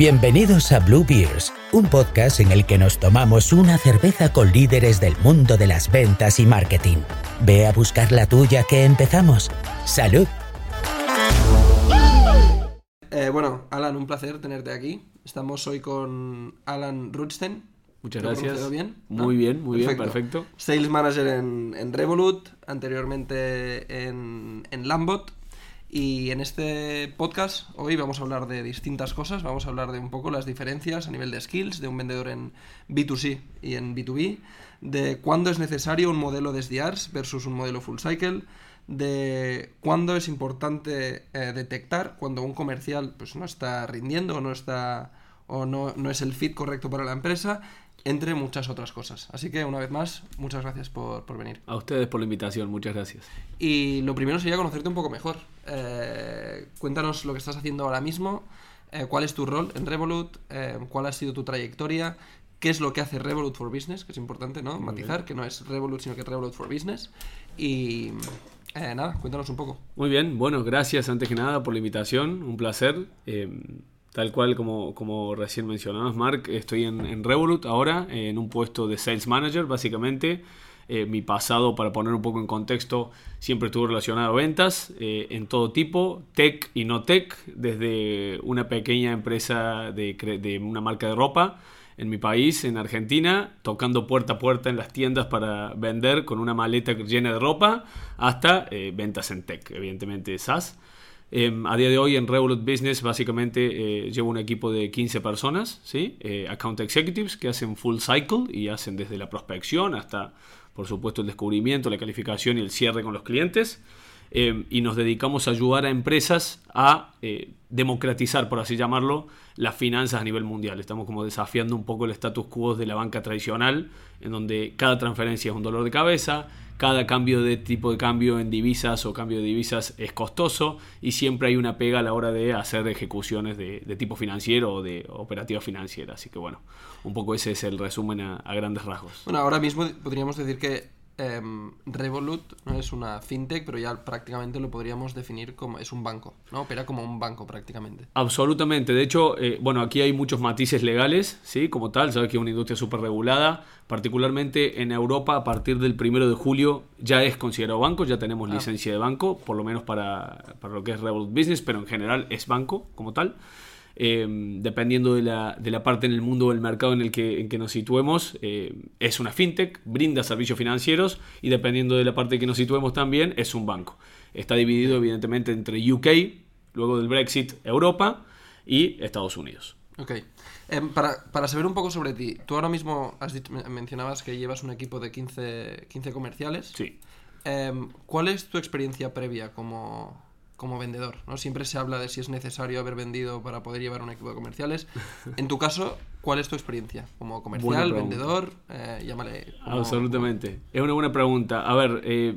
Bienvenidos a Blue Beers, un podcast en el que nos tomamos una cerveza con líderes del mundo de las ventas y marketing. Ve a buscar la tuya que empezamos. ¡Salud! Bueno, Alan, un placer tenerte aquí. Estamos hoy con Alan Rutstein. Muchas gracias. ¿Lo bien? Muy bien, perfecto. Sales Manager en Revolut, anteriormente en Lambot. Y en este podcast hoy vamos a hablar de distintas cosas. Vamos a hablar de un poco las diferencias a nivel de skills de un vendedor en B2C y en B2B, de cuándo es necesario un modelo de SDRs versus un modelo full cycle, de cuándo es importante detectar cuando un comercial pues no está rindiendo o no es el fit correcto para la empresa, entre muchas otras cosas. Así que, una vez más, muchas gracias por venir. A ustedes por la invitación, muchas gracias. Y lo primero sería conocerte un poco mejor. Cuéntanos lo que estás haciendo ahora mismo, cuál es tu rol en Revolut, cuál ha sido tu trayectoria, qué es lo que hace Revolut for Business, que es importante, ¿no? Matizar, que no es Revolut, sino que es Revolut for Business. Y nada, cuéntanos un poco. Muy bien, bueno, gracias antes que nada por la invitación, un placer. Tal cual como recién mencionabas, Mark, estoy en Revolut ahora, en un puesto de Sales Manager, básicamente. Mi pasado, para poner un poco en contexto, siempre estuvo relacionado a ventas, en todo tipo, tech y no tech, desde una pequeña empresa de una marca de ropa en mi país, en Argentina, tocando puerta a puerta en las tiendas para vender con una maleta llena de ropa, hasta ventas en tech, evidentemente SaaS. A día de hoy en Revolut Business básicamente llevo un equipo de 15 personas, ¿sí? Account Executives que hacen full cycle y hacen desde la prospección hasta, por supuesto, el descubrimiento, la calificación y el cierre con los clientes. Y nos dedicamos a ayudar a empresas a democratizar, por así llamarlo, las finanzas a nivel mundial. Estamos como desafiando un poco el status quo de la banca tradicional, en donde cada transferencia es un dolor de cabeza, cada cambio de tipo de cambio en divisas o cambio de divisas es costoso y siempre hay una pega a la hora de hacer ejecuciones de tipo financiero o de operativa financiera. Así que bueno, un poco ese es el resumen a grandes rasgos. Bueno, ahora mismo podríamos decir que Revolut no es una fintech, pero ya prácticamente lo podríamos definir como es un banco, ¿no? Opera como un banco prácticamente. Absolutamente. De hecho, bueno, aquí hay muchos matices legales, ¿sí? Como tal, sabes que es una industria súper regulada. Particularmente en Europa, a partir del 1 de julio ya es considerado banco, ya tenemos licencia de banco, por lo menos para lo que es Revolut Business, pero en general es banco como tal. Dependiendo de la parte en el mundo o el mercado en que nos situemos, es una fintech, brinda servicios financieros y dependiendo de la parte en que nos situemos también es un banco. Está dividido evidentemente entre UK, luego del Brexit, Europa y Estados Unidos. Ok. Para saber un poco sobre ti, tú ahora mismo mencionabas que llevas un equipo de 15 comerciales. Sí. ¿Cuál es tu experiencia previa como vendedor, ¿no? Siempre se habla de si es necesario haber vendido para poder llevar un equipo de comerciales. En tu caso, ¿cuál es tu experiencia? ¿Como comercial, vendedor? Llámale. Absolutamente. Es una buena pregunta. A ver,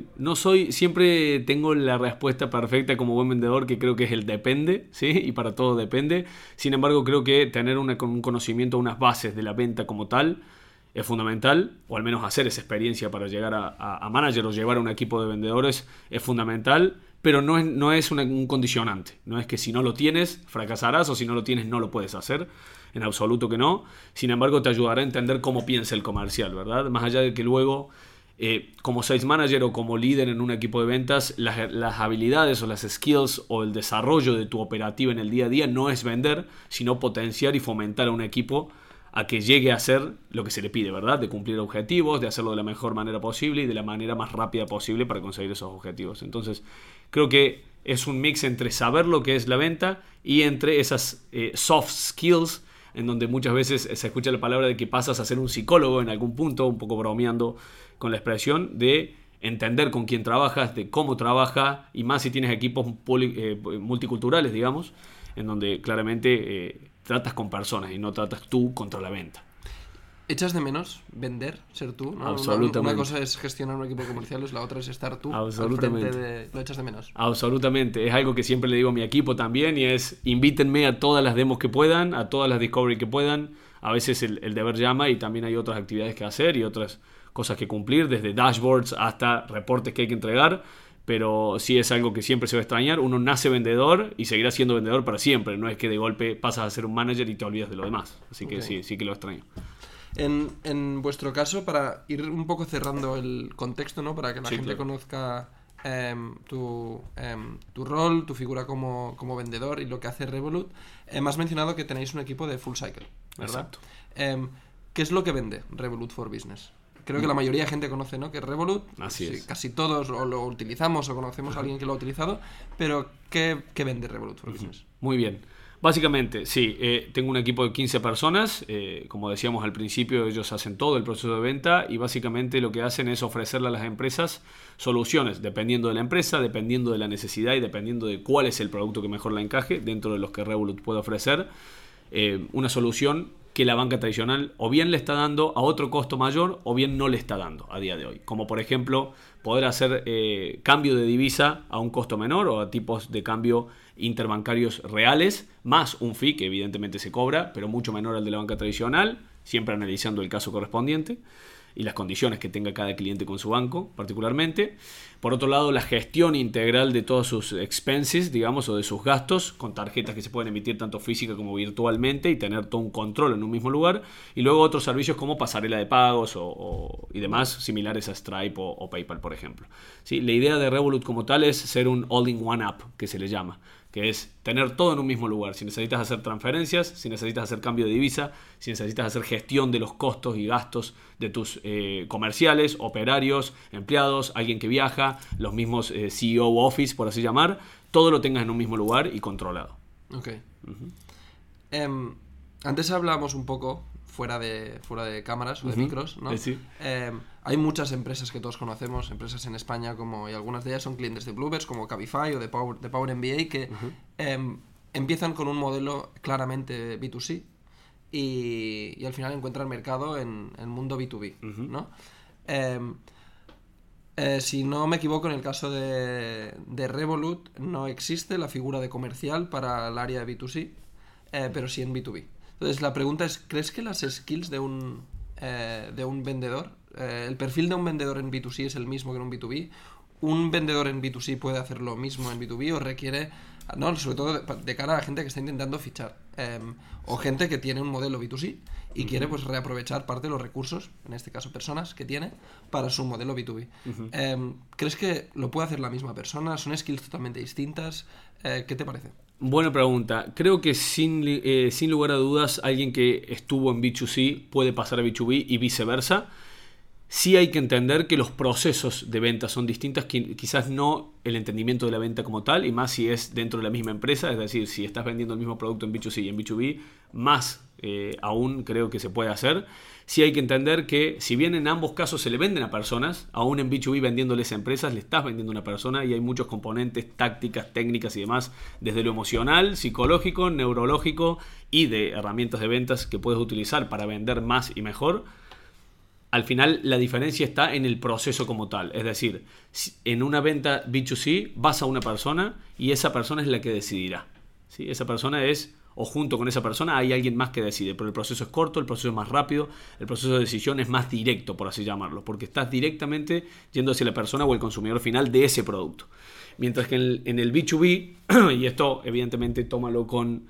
siempre tengo la respuesta perfecta como buen vendedor, que creo que es el depende, ¿sí? Y para todo depende. Sin embargo, creo que tener un conocimiento, unas bases de la venta como tal, es fundamental, o al menos hacer esa experiencia para llegar a manager o llevar a un equipo de vendedores es fundamental, pero no es un condicionante. No es que si no lo tienes, fracasarás, o si no lo tienes, no lo puedes hacer. En absoluto que no. Sin embargo, te ayudará a entender cómo piensa el comercial, ¿verdad? Más allá de que luego, como sales manager o como líder en un equipo de ventas, las habilidades o las skills o el desarrollo de tu operativa en el día a día no es vender, sino potenciar y fomentar a un equipo a que llegue a hacer lo que se le pide, ¿verdad? De cumplir objetivos, de hacerlo de la mejor manera posible y de la manera más rápida posible para conseguir esos objetivos. Entonces, creo que es un mix entre saber lo que es la venta y entre esas soft skills, en donde muchas veces se escucha la palabra de que pasas a ser un psicólogo en algún punto, un poco bromeando con la expresión, de entender con quién trabajas, de cómo trabaja, y más si tienes equipos multiculturales, digamos, en donde claramente tratas con personas y no tratas tú contra la venta. ¿Echas de menos vender, ser tú, ¿no? Absolutamente. Una cosa es gestionar un equipo de comerciales, la otra es estar tú. Absolutamente. Al frente ¿Lo echas de menos? Absolutamente. Es algo que siempre le digo a mi equipo también, y es: invítenme a todas las demos que puedan, a todas las discovery que puedan. A veces el deber llama y también hay otras actividades que hacer y otras cosas que cumplir, desde dashboards hasta reportes que hay que entregar. pero sí es algo que siempre se va a extrañar. Uno nace vendedor y seguirá siendo vendedor para siempre. No es que de golpe pasas a ser un manager y te olvidas de lo demás. Así que sí que lo extraño. En vuestro caso, para ir un poco cerrando el contexto, ¿no? Para que la gente conozca tu rol, tu figura como vendedor y lo que hace Revolut, me has mencionado que tenéis un equipo de full cycle, ¿verdad? Exacto. ¿Qué es lo que vende Revolut for Business? Creo que la mayoría de gente conoce, ¿no? Que Revolut, Así es. Casi todos o lo utilizamos o conocemos a alguien que lo ha utilizado, pero ¿qué vende Revolut for Business? Muy bien. Básicamente, sí, tengo un equipo de 15 personas, como decíamos al principio, ellos hacen todo el proceso de venta y básicamente lo que hacen es ofrecerle a las empresas soluciones, dependiendo de la empresa, dependiendo de la necesidad y dependiendo de cuál es el producto que mejor la encaje dentro de los que Revolut puede ofrecer, una solución que la banca tradicional o bien le está dando a otro costo mayor o bien no le está dando a día de hoy. Como por ejemplo poder hacer cambio de divisa a un costo menor o a tipos de cambio interbancarios reales, más un fee que evidentemente se cobra, pero mucho menor al de la banca tradicional, siempre analizando el caso correspondiente y las condiciones que tenga cada cliente con su banco particularmente. Por otro lado, la gestión integral de todos sus expenses, digamos, o de sus gastos, con tarjetas que se pueden emitir tanto física como virtualmente y tener todo un control en un mismo lugar. Y luego otros servicios como pasarela de pagos y demás, similares a Stripe o PayPal, por ejemplo. ¿Sí? La idea de Revolut como tal es ser un all-in-one app, que se le llama, que es tener todo en un mismo lugar. Si necesitas hacer transferencias, si necesitas hacer cambio de divisa, si necesitas hacer gestión de los costos y gastos de tus comerciales, operarios, empleados, alguien que viaja, los mismos CEO Office, por así llamar, todo lo tengas en un mismo lugar y controlado. Ok. Antes hablábamos un poco fuera de cámaras o de micros, ¿no? Sí. Hay muchas empresas que todos conocemos, empresas en España y algunas de ellas son clientes de Bluebirds como Cabify o de Power MBA que empiezan con un modelo claramente B2C y al final encuentran mercado en el mundo B2B, ¿no? Si no me equivoco, en el caso de Revolut no existe la figura de comercial para el área de B2C, pero sí en B2B. Entonces la pregunta es, ¿crees que las skills de un vendedor, el perfil de un vendedor en B2C es el mismo que en un B2B? ¿Un vendedor en B2C puede hacer lo mismo en B2B o requiere, no, sobre todo de cara a la gente que está intentando fichar, o gente que tiene un modelo B2C y quiere pues reaprovechar parte de los recursos, en este caso personas que tiene, para su modelo B2B? ¿Crees que lo puede hacer la misma persona? ¿Son skills totalmente distintas? ¿Qué te parece? Buena pregunta. Creo que sin lugar a dudas alguien que estuvo en B2C puede pasar a B2B y viceversa. Sí hay que entender que los procesos de venta son distintos, quizás no el entendimiento de la venta como tal, y más si es dentro de la misma empresa, es decir, si estás vendiendo el mismo producto en B2C y en B2B, más aún creo que se puede hacer. Sí hay que entender que si bien en ambos casos se le venden a personas, aún en B2B vendiéndoles a empresas le estás vendiendo a una persona y hay muchos componentes, tácticas, técnicas y demás, desde lo emocional, psicológico, neurológico y de herramientas de ventas que puedes utilizar para vender más y mejor. Al final la diferencia está en el proceso como tal. Es decir, en una venta B2C vas a una persona y esa persona es la que decidirá. ¿Sí? Esa persona es, o junto con esa persona hay alguien más que decide, pero el proceso es corto, el proceso es más rápido, el proceso de decisión es más directo, por así llamarlo, porque estás directamente yendo hacia la persona o el consumidor final de ese producto. Mientras que en el B2B, y esto evidentemente tómalo con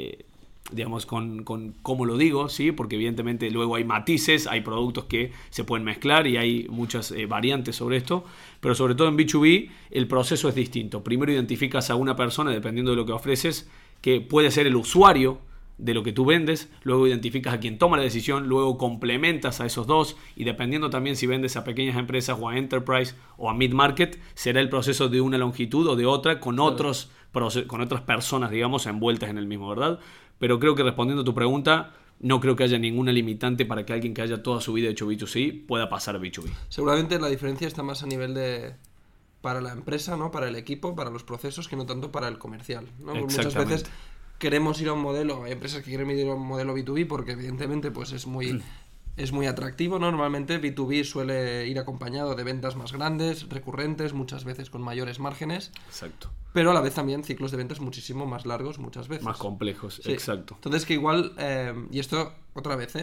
cómo lo digo, ¿sí? Porque evidentemente luego hay matices, hay productos que se pueden mezclar y hay muchas variantes sobre esto, pero sobre todo en B2B el proceso es distinto. Primero identificas a una persona, dependiendo de lo que ofreces, que puede ser el usuario de lo que tú vendes, luego identificas a quien toma la decisión, luego complementas a esos dos y dependiendo también si vendes a pequeñas empresas o a enterprise o a mid-market, será el proceso de una longitud o de otra con otras personas, digamos, envueltas en el mismo, ¿verdad? Pero creo que respondiendo a tu pregunta, no creo que haya ninguna limitante para que alguien que haya toda su vida hecho B2C pueda pasar a B2B. Seguramente la diferencia está más a nivel para la empresa, ¿no? Para el equipo, para los procesos, que no tanto para el comercial, ¿no? Muchas veces queremos ir a un modelo, hay empresas que quieren ir a un modelo B2B porque evidentemente pues es muy atractivo, ¿no? Normalmente B2B suele ir acompañado de ventas más grandes, recurrentes, muchas veces con mayores márgenes. Exacto. Pero a la vez también ciclos de ventas muchísimo más largos muchas veces. Más complejos, sí. Exacto. Entonces que igual, y esto otra vez,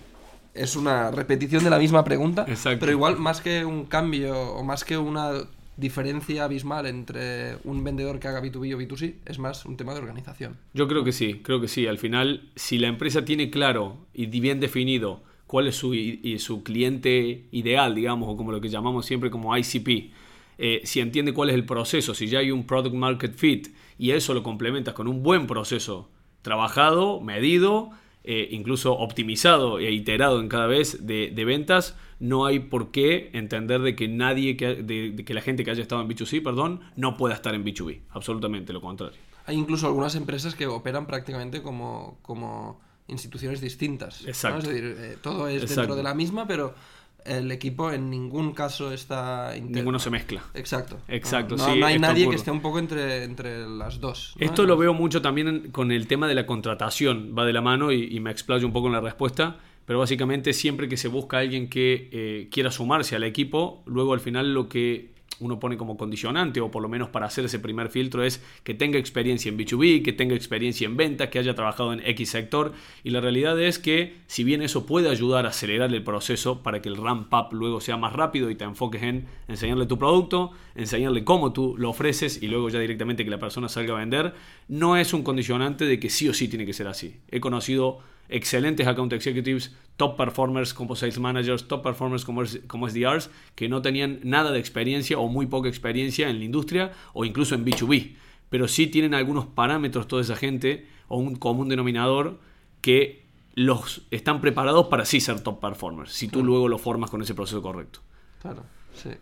es una repetición de la misma pregunta, exacto. Pero igual más que un cambio o más que una diferencia abismal entre un vendedor que haga B2B o B2C es más un tema de organización. Yo creo que sí. Al final, si la empresa tiene claro y bien definido cuál es su cliente ideal, digamos, o como lo que llamamos siempre como ICP, si entiende cuál es el proceso, si ya hay un product market fit y eso lo complementas con un buen proceso trabajado, medido, incluso optimizado e iterado en cada vez de ventas, no hay por qué entender de que de que la gente que haya estado en B2C, no pueda estar en B2B. Absolutamente lo contrario. Hay incluso algunas empresas que operan prácticamente como instituciones distintas. Exacto. ¿no? Es decir, todo es dentro de la misma, pero el equipo en ningún caso está Ninguno se mezcla. Exacto. No hay nadie ocurre. que esté un poco entre las dos, ¿no? Esto lo veo mucho también con el tema de la contratación, va de la mano y me explayo un poco en la respuesta, pero básicamente siempre que se busca a alguien que quiera sumarse al equipo, luego al final lo que uno pone como condicionante, o por lo menos para hacer ese primer filtro, es que tenga experiencia en B2B, que tenga experiencia en ventas, que haya trabajado en X sector, y la realidad es que si bien eso puede ayudar a acelerar el proceso para que el ramp up luego sea más rápido y te enfoques en enseñarle tu producto, enseñarle cómo tú lo ofreces y luego ya directamente que la persona salga a vender, no es un condicionante de que sí o sí tiene que ser así. He conocido excelentes account executives, top performers como sales managers, top performers como SDRs, que no tenían nada de experiencia o muy poca experiencia en la industria o incluso en B2B, pero sí tienen algunos parámetros toda esa gente o un común denominador que los están preparados para sí ser top performers, si tú luego lo formas con ese proceso correcto. Claro, sí.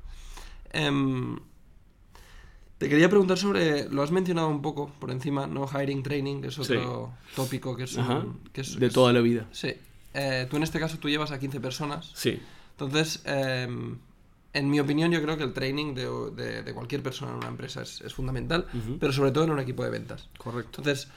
Te quería preguntar sobre, lo has mencionado un poco por encima, ¿no? Hiring training, que es otro tópico que es de toda la vida. Sí. Tú en este caso tú llevas a 15 personas. Sí. Entonces, en mi opinión, yo creo que el training de cualquier persona en una empresa es fundamental, pero sobre todo en un equipo de ventas. Correcto. Entonces,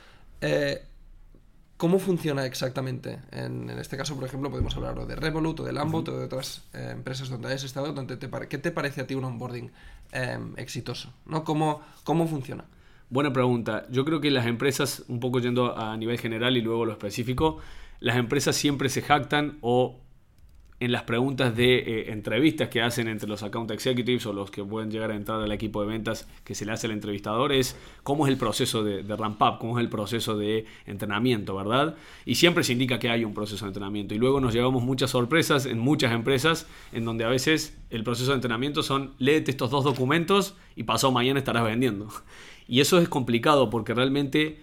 ¿cómo funciona exactamente? En este caso, por ejemplo, podemos hablar o de Revolut o de Lambot o de otras empresas donde hayas estado. ¿Qué te parece a ti un onboarding exitoso? ¿No? ¿Cómo funciona? Buena pregunta. Yo creo que las empresas, un poco yendo a nivel general y luego lo específico, las empresas siempre se jactan o en las preguntas de entrevistas que hacen entre los account executives o los que pueden llegar a entrar al equipo de ventas que se le hace al entrevistador es cómo es el proceso de ramp up, cómo es el proceso de entrenamiento, ¿verdad? Y siempre se indica que hay un proceso de entrenamiento y luego nos llevamos muchas sorpresas en muchas empresas en donde a veces el proceso de entrenamiento son léete estos 2 documentos y pasado mañana estarás vendiendo. Y eso es complicado porque realmente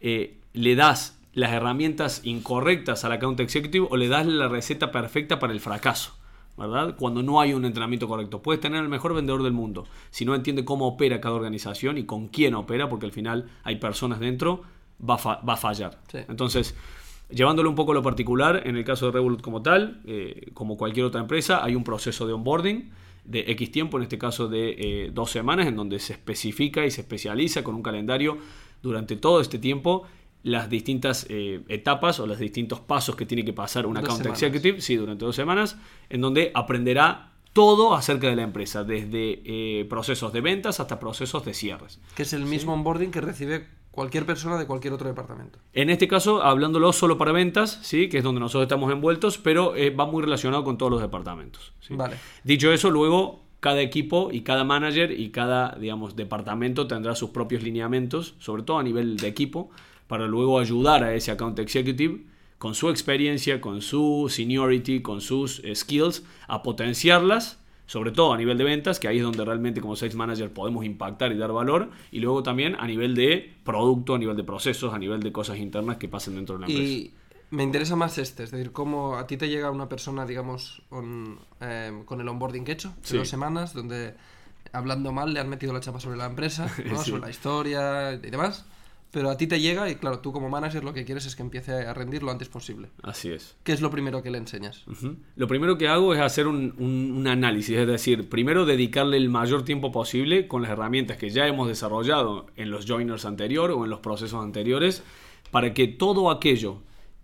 le das las herramientas incorrectas al account executive o le das la receta perfecta para el fracaso, ¿verdad? Cuando no hay un entrenamiento correcto. Puedes tener el mejor vendedor del mundo. Si no entiende cómo opera cada organización y con quién opera, porque al final hay personas dentro, va a fallar. Sí. Entonces, llevándolo un poco a lo particular, en el caso de Revolut como tal, como cualquier otra empresa, hay un proceso de onboarding de X tiempo, en este caso de 2 semanas, en donde se especifica y se especializa con un calendario durante todo este tiempo las distintas etapas o los distintos pasos que tiene que pasar un account executive, sí, durante 2 semanas, en donde aprenderá todo acerca de la empresa, desde procesos de ventas hasta procesos de cierres. Que es el mismo onboarding que recibe cualquier persona de cualquier otro departamento. En este caso, hablándolo solo para ventas, ¿sí? Que es donde nosotros estamos envueltos, pero va muy relacionado con todos los departamentos, ¿sí? Vale. Dicho eso, luego cada equipo y cada manager y cada, digamos, departamento tendrá sus propios lineamientos, sobre todo a nivel de equipo, para luego ayudar a ese account executive con su experiencia, con su seniority, con sus skills, a potenciarlas, sobre todo a nivel de ventas, que ahí es donde realmente como sales manager podemos impactar y dar valor, y luego también a nivel de producto, a nivel de procesos, a nivel de cosas internas que pasen dentro de la empresa. Y me interesa más es decir, cómo a ti te llega una persona, digamos, con el onboarding que he hecho, de 2 semanas, donde hablando mal le han metido la chapa sobre la empresa, ¿no? Sí. Sobre la historia y demás. Pero a ti te llega y claro, tú como manager lo que quieres es que empiece a rendir lo antes posible. Así es. ¿Qué es lo primero que le enseñas? Lo primero que hago es hacer un análisis, es decir, primero dedicarle el mayor tiempo posible con las herramientas que ya hemos desarrollado en los joiners anteriores o en los procesos anteriores para que todo aquello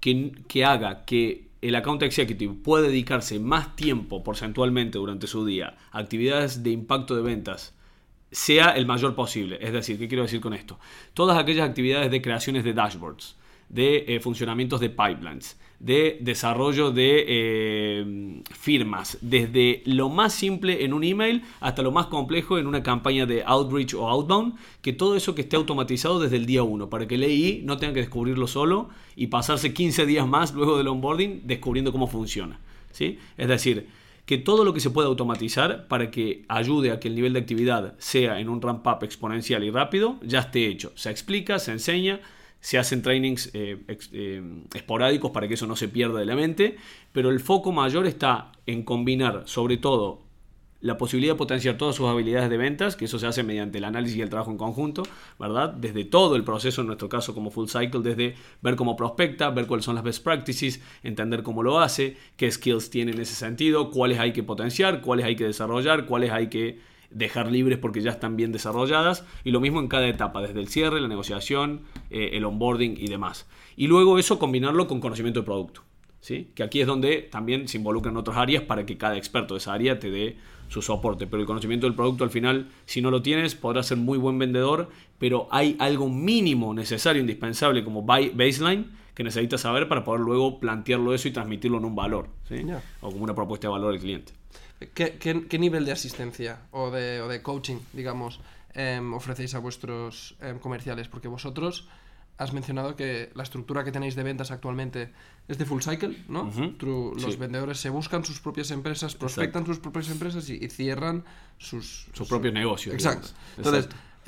que haga que el account executive pueda dedicarse más tiempo porcentualmente durante su día a actividades de impacto de ventas sea el mayor posible. Es decir, ¿qué quiero decir con esto? Todas aquellas actividades de creaciones de dashboards, de funcionamientos de pipelines, de desarrollo de firmas, desde lo más simple en un email hasta lo más complejo en una campaña de outreach o outbound, que todo eso que esté automatizado desde el día 1, para que el EI no tenga que descubrirlo solo y pasarse 15 días más luego del onboarding descubriendo cómo funciona, ¿sí? Es decir, que todo lo que se pueda automatizar para que ayude a que el nivel de actividad sea en un ramp-up exponencial y rápido, ya esté hecho. Se explica, se enseña, se hacen trainings esporádicos para que eso no se pierda de la mente, pero el foco mayor está en combinar sobre todo la posibilidad de potenciar todas sus habilidades de ventas, que eso se hace mediante el análisis y el trabajo en conjunto, ¿verdad? Desde todo el proceso, en nuestro caso como full cycle, desde ver cómo prospecta, ver cuáles son las best practices, entender cómo lo hace, qué skills tiene en ese sentido, cuáles hay que potenciar, cuáles hay que desarrollar, cuáles hay que dejar libres porque ya están bien desarrolladas, y lo mismo en cada etapa, desde el cierre, la negociación, el onboarding y demás. Y luego eso combinarlo con conocimiento de producto, ¿sí? Que aquí es donde también se involucran otras áreas para que cada experto de esa área te dé su soporte, pero el conocimiento del producto al final, si no lo tienes, podrás ser muy buen vendedor, pero hay algo mínimo necesario, indispensable como baseline que necesitas saber para poder luego plantearlo eso y transmitirlo en un valor, ¿sí? Yeah. O como una propuesta de valor al cliente. ¿Qué nivel de asistencia o de coaching, digamos, ofrecéis a vuestros comerciales? Porque vosotros has mencionado que la estructura que tenéis de ventas actualmente es de full cycle, ¿no? Los vendedores se buscan sus propias empresas, prospectan sus propias empresas y cierran sus propios negocios. Exacto. Entonces,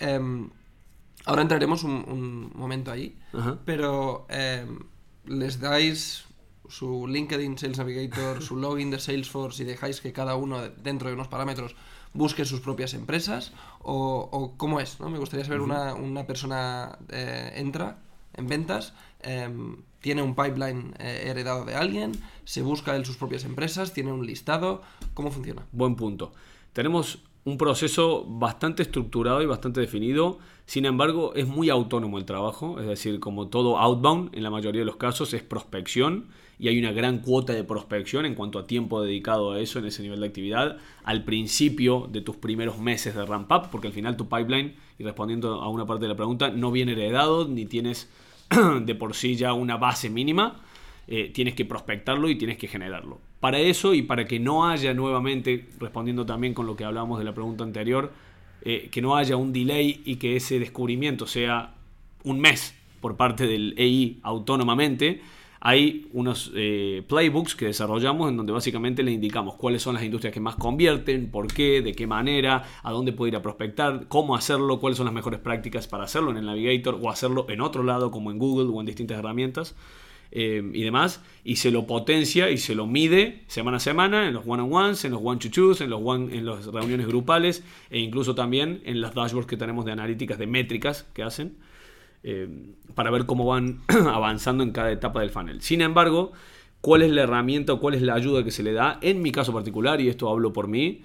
ahora entraremos un momento ahí, pero les dais su LinkedIn Sales Navigator, su login de Salesforce y dejáis que cada uno dentro de unos parámetros busque sus propias empresas, o cómo es, ¿no? Me gustaría saber, una persona entra en ventas, tiene un pipeline heredado de alguien, se busca él sus propias empresas, tiene un listado, ¿cómo funciona? Buen punto. Tenemos un proceso bastante estructurado y bastante definido, sin embargo es muy autónomo el trabajo, es decir, como todo outbound, en la mayoría de los casos es prospección, y hay una gran cuota de prospección en cuanto a tiempo dedicado a eso en ese nivel de actividad al principio de tus primeros meses de ramp up, porque al final tu pipeline, y respondiendo a una parte de la pregunta, no viene heredado ni tienes de por sí ya una base mínima. Tienes que prospectarlo y tienes que generarlo. Para eso y para que no haya nuevamente, respondiendo también con lo que hablábamos de la pregunta anterior, que no haya un delay y que ese descubrimiento sea un mes por parte del EI autónomamente, hay unos playbooks que desarrollamos en donde básicamente le indicamos cuáles son las industrias que más convierten, por qué, de qué manera, a dónde puede ir a prospectar, cómo hacerlo, cuáles son las mejores prácticas para hacerlo en el Navigator o hacerlo en otro lado como en Google o en distintas herramientas y demás, y se lo potencia y se lo mide semana a semana en los one-on-ones, en los one-to-twos, en las reuniones grupales e incluso también en las dashboards que tenemos de analíticas, de métricas que hacen. Para ver cómo van avanzando en cada etapa del funnel. Sin embargo, ¿cuál es la herramienta o cuál es la ayuda que se le da? En mi caso particular, y esto hablo por mí,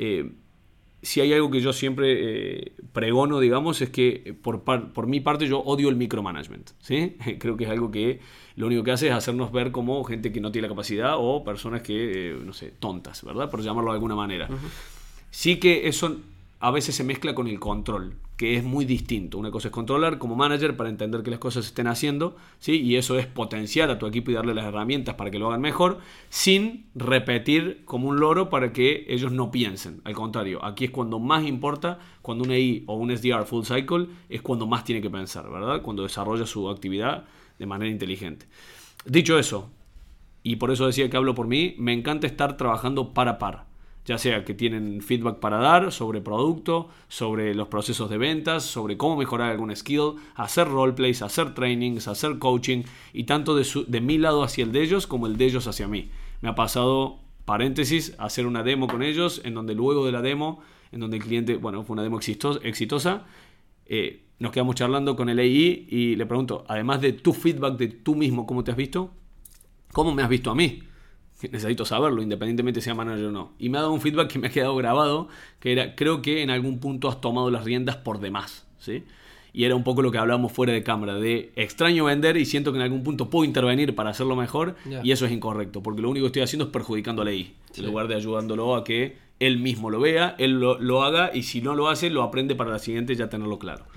si hay algo que yo siempre pregono, digamos, es que por mi parte yo odio el micromanagement, ¿sí? Creo que es algo que lo único que hace es hacernos ver como gente que no tiene la capacidad o personas que, no sé, tontas, ¿verdad? Por llamarlo de alguna manera. Sí que eso a veces se mezcla con el control, que es muy distinto. Una cosa es controlar como manager para entender que las cosas se estén haciendo, ¿sí? Y eso es potenciar a tu equipo y darle las herramientas para que lo hagan mejor, sin repetir como un loro para que ellos no piensen. Al contrario, aquí es cuando más importa, cuando un EI o un SDR full cycle, es cuando más tiene que pensar, ¿verdad? Cuando desarrolla su actividad de manera inteligente. Dicho eso, y por eso decía que hablo por mí, me encanta estar trabajando par a par. Ya sea que tienen feedback para dar sobre producto, sobre los procesos de ventas, sobre cómo mejorar algún skill, hacer roleplays, hacer trainings, hacer coaching, y tanto de mi lado hacia el de ellos como el de ellos hacia mí. Me ha pasado, paréntesis, hacer una demo con ellos, en donde luego de la demo, en donde el cliente, bueno, fue una demo exitosa, nos quedamos charlando con el AI y le pregunto, además de tu feedback de tú mismo, ¿cómo te has visto? ¿Cómo me has visto a mí? Necesito saberlo, independientemente sea manager o no. Y me ha dado un feedback que me ha quedado grabado, que era, creo que en algún punto has tomado las riendas por demás, ¿sí? Y era un poco lo que hablábamos fuera de cámara, de extraño vender y siento que en algún punto puedo intervenir para hacerlo mejor, y eso es incorrecto, porque lo único que estoy haciendo es perjudicando a Lei, en lugar de ayudándolo a que él mismo lo vea, él lo haga, y si no lo hace, lo aprende para la siguiente ya tenerlo claro.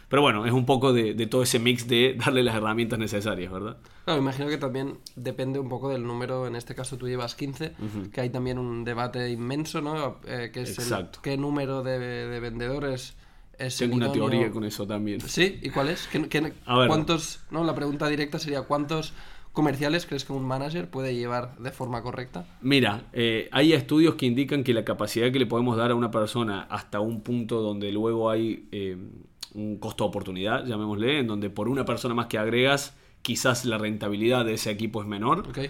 Pero bueno, es un poco de todo ese mix de darle las herramientas necesarias, ¿verdad? Claro, imagino que también depende un poco del número. En este caso tú llevas 15, que hay también un debate inmenso, ¿no? Que es qué número de vendedores es Tengo una teoría con eso también. ¿Sí? ¿Y cuál es? ¿Cuántos? ¿No? La pregunta directa sería ¿cuántos comerciales crees que un manager puede llevar de forma correcta? Mira, hay estudios que indican que la capacidad que le podemos dar a una persona hasta un punto donde luego hay un costo de oportunidad, llamémosle, en donde por una persona más que agregas, quizás la rentabilidad de ese equipo es menor. Okay.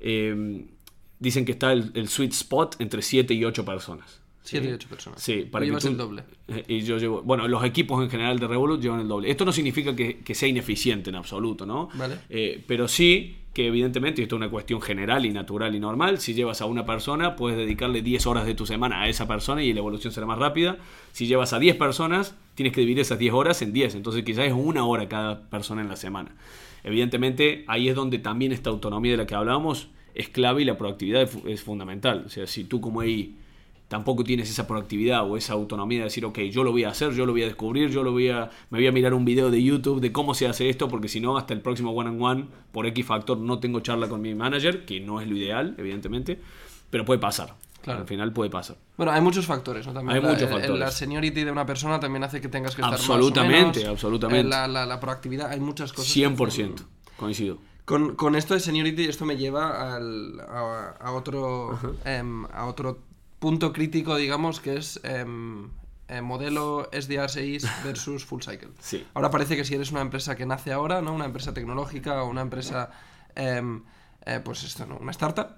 Dicen que está el sweet spot entre 7 y 8 personas. 7 y 8 personas. Sí, para llevas el doble. Y yo llevo, bueno, los equipos en general de Revolut llevan el doble. Esto no significa que sea ineficiente en absoluto, ¿no? Vale. Pero sí que evidentemente, y esto es una cuestión general y natural y normal, si llevas a una persona, puedes dedicarle 10 horas de tu semana a esa persona y la evolución será más rápida. Si llevas a 10 personas, tienes que dividir esas 10 horas en 10. Entonces quizás es 1 hora cada persona en la semana. Evidentemente, ahí es donde también esta autonomía de la que hablábamos es clave y la proactividad es fundamental. O sea, si tú como ahí tampoco tienes esa proactividad o esa autonomía de decir, ok, yo lo voy a hacer, yo lo voy a descubrir, me voy a mirar un video de YouTube de cómo se hace esto, porque si no, hasta el próximo one-on-one, por X factor, no tengo charla con mi manager, que no es lo ideal, evidentemente, pero puede pasar. Claro. Al final puede pasar. Bueno, hay muchos factores, ¿no? También hay muchos factores. La seniority de una persona también hace que tengas que estar absolutamente, más o menos. Absolutamente. La proactividad, hay muchas cosas. 100%, coincido. Con esto de seniority, esto me lleva a otro punto crítico, digamos, que es modelo SDR6 versus full cycle. Sí. Ahora parece que si eres una empresa que nace ahora, ¿no? Una empresa tecnológica o una empresa, pues esto, ¿no? Una startup,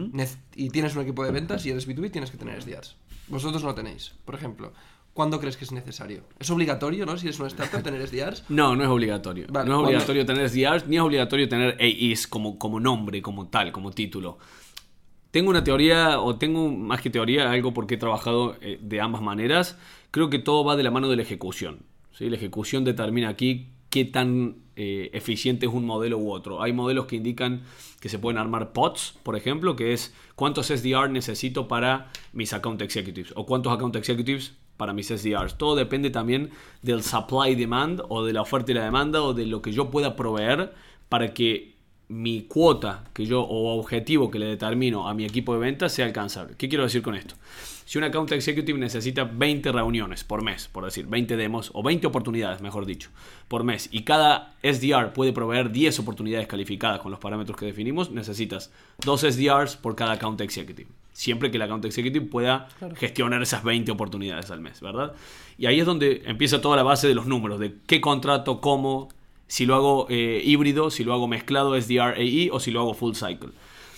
y tienes un equipo de ventas y eres B2B, tienes que tener SDRs. Vosotros no tenéis, por ejemplo. ¿Cuándo crees que es necesario? ¿Es obligatorio, no? Si eres una startup, tener SDRs. No es obligatorio. Vale, no es obligatorio tener SDRs, ni es obligatorio tener AEs como nombre, como tal, como título. Tengo una teoría, o tengo más que teoría, algo porque he trabajado de ambas maneras. Creo que todo va de la mano de la ejecución, ¿sí? La ejecución determina aquí qué tan eficiente es un modelo u otro. Hay modelos que indican que se pueden armar pods, por ejemplo, que es cuántos SDR necesito para mis account executives o cuántos account executives para mis SDRs. Todo depende también del supply demand o de la oferta y la demanda o de lo que yo pueda proveer para que mi cuota o objetivo que le determino a mi equipo de ventas sea alcanzable. ¿Qué quiero decir con esto? Si un account executive necesita 20 reuniones por mes, por decir, 20 demos o 20 oportunidades, mejor dicho, por mes, y cada SDR puede proveer 10 oportunidades calificadas con los parámetros que definimos, necesitas 2 SDRs por cada account executive. Siempre que el account executive pueda gestionar esas 20 oportunidades al mes, ¿verdad? Y ahí es donde empieza toda la base de los números, de qué contrato, cómo, si lo hago híbrido, si lo hago mezclado SDR AE o si lo hago full cycle.